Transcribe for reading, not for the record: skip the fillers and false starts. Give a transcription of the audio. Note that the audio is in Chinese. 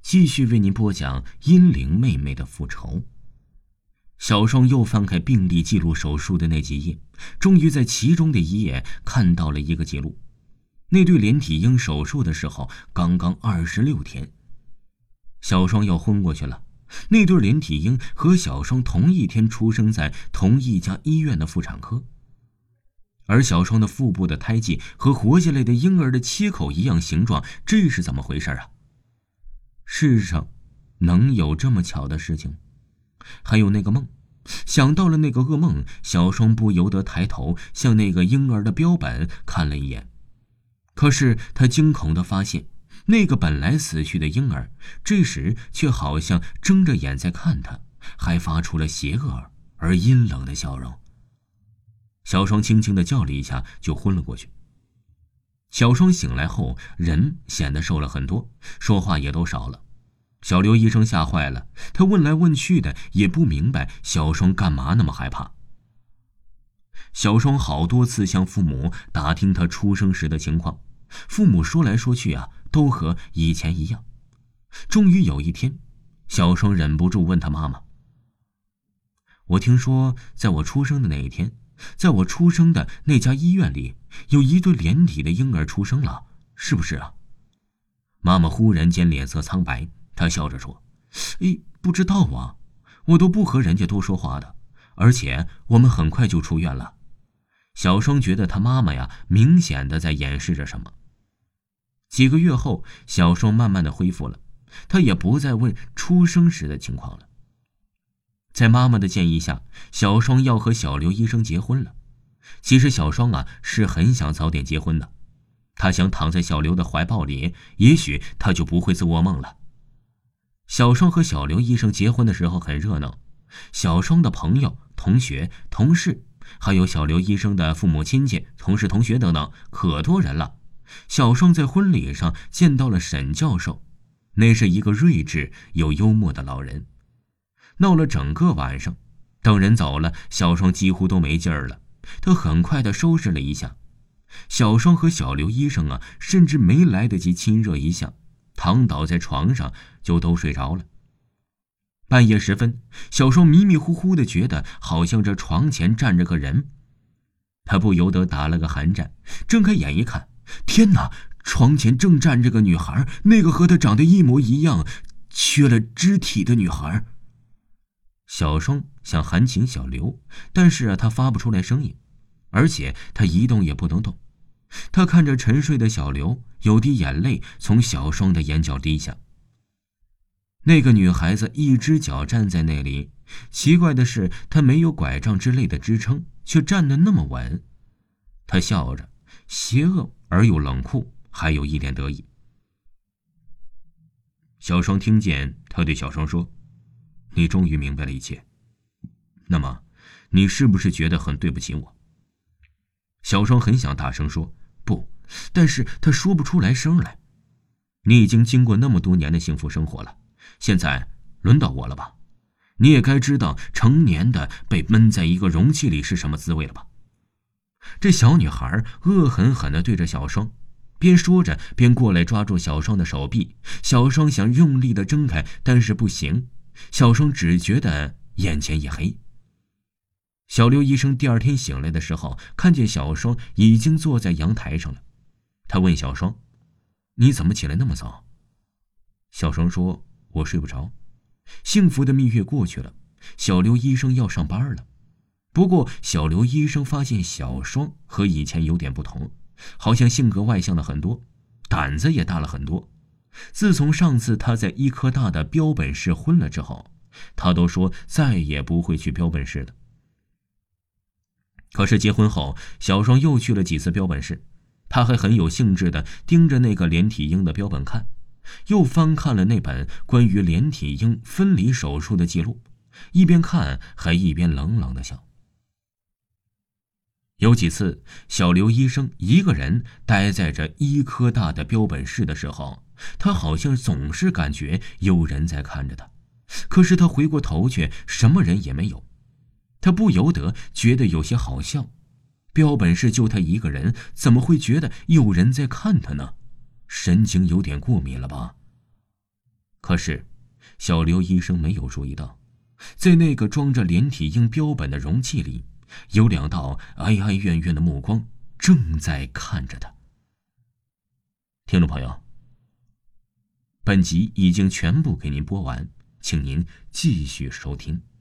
继续为您播讲阴灵妹妹的复仇。小双又翻开病历记录手术的那几页，终于在其中的一页看到了一个记录。那对连体婴手术的时候刚刚26天。小双要昏过去了。那对连体婴和小双同一天出生在同一家医院的妇产科，而小双的腹部的胎记和活下来的婴儿的切口一样形状，这是怎么回事啊？世上能有这么巧的事情？还有那个梦，想到了那个噩梦，小双不由得抬头向那个婴儿的标本看了一眼。可是他惊恐地发现，那个本来死去的婴儿这时却好像睁着眼在看他，还发出了邪恶而阴冷的笑容。小双轻轻地叫了一下，就昏了过去。小双醒来后，人显得瘦了很多，说话也都少了。小刘医生吓坏了，他问来问去的也不明白小双干嘛那么害怕。小双好多次向父母打听他出生时的情况，父母说来说去都和以前一样。终于有一天，小双忍不住问他妈妈：“我听说在我出生的那一天，在我出生的那家医院里，有一对连体的婴儿出生了，是不是啊？”妈妈忽然间脸色苍白，她笑着说：“不知道啊，我都不和人家多说话的，而且我们很快就出院了。”小双觉得他妈妈明显的在掩饰着什么。几个月后，小双慢慢的恢复了，她也不再问出生时的情况了。在妈妈的建议下，小双要和小刘医生结婚了。其实小双是很想早点结婚的，她想躺在小刘的怀抱里，也许她就不会做噩梦了。小双和小刘医生结婚的时候很热闹，小双的朋友、同学、同事，还有小刘医生的父母亲戚、同事同学等等，可多人了。小双在婚礼上见到了沈教授，那是一个睿智又幽默的老人。闹了整个晚上，等人走了，小双几乎都没劲儿了。他很快地收拾了一下，小双和小刘医生甚至没来得及亲热一下，躺倒在床上就都睡着了。半夜时分，小双迷迷糊糊地觉得好像这床前站着个人，他不由得打了个寒战，睁开眼一看，天哪！床前正站着个女孩，那个和她长得一模一样、缺了肢体的女孩。小双想喊醒小刘，但是他发不出来声音，而且他一动也不能动。他看着沉睡的小刘，有滴眼泪从小双的眼角滴下。那个女孩子一只脚站在那里，奇怪的是，她没有拐杖之类的支撑，却站得那么稳。她笑着，邪恶而又冷酷，还有一点得意。小双听见他对小双说：“你终于明白了一切，那么你是不是觉得很对不起我？”小双很想大声说不，但是他说不出来声来。你已经经过那么多年的幸福生活了，现在轮到我了吧？你也该知道成年的被闷在一个容器里是什么滋味了吧？这小女孩恶狠狠地对着小双，边说着边过来抓住小双的手臂。小双想用力地挣开，但是不行。小双只觉得眼前一黑。小刘医生第二天醒来的时候，看见小双已经坐在阳台上了。他问小双：“你怎么起来那么早？”小双说：“我睡不着。”幸福的蜜月过去了，小刘医生要上班了。不过小刘医生发现小双和以前有点不同，好像性格外向了很多，胆子也大了很多。自从上次他在医科大的标本室昏了之后，他都说再也不会去标本室了。可是结婚后，小双又去了几次标本室，他还很有兴致地盯着那个连体婴的标本看，又翻看了那本关于连体婴分离手术的记录，一边看还一边冷冷地笑。有几次，小刘医生一个人待在这医科大的标本室的时候，他好像总是感觉有人在看着他，可是他回过头却什么人也没有。他不由得觉得有些好笑，标本室就他一个人，怎么会觉得有人在看他呢？神经有点过敏了吧？ 可是，小刘医生没有注意到，在那个装着连体婴标本的容器里，有2道哀哀怨怨的目光正在看着他。听众朋友，本集已经全部给您播完，请您继续收听。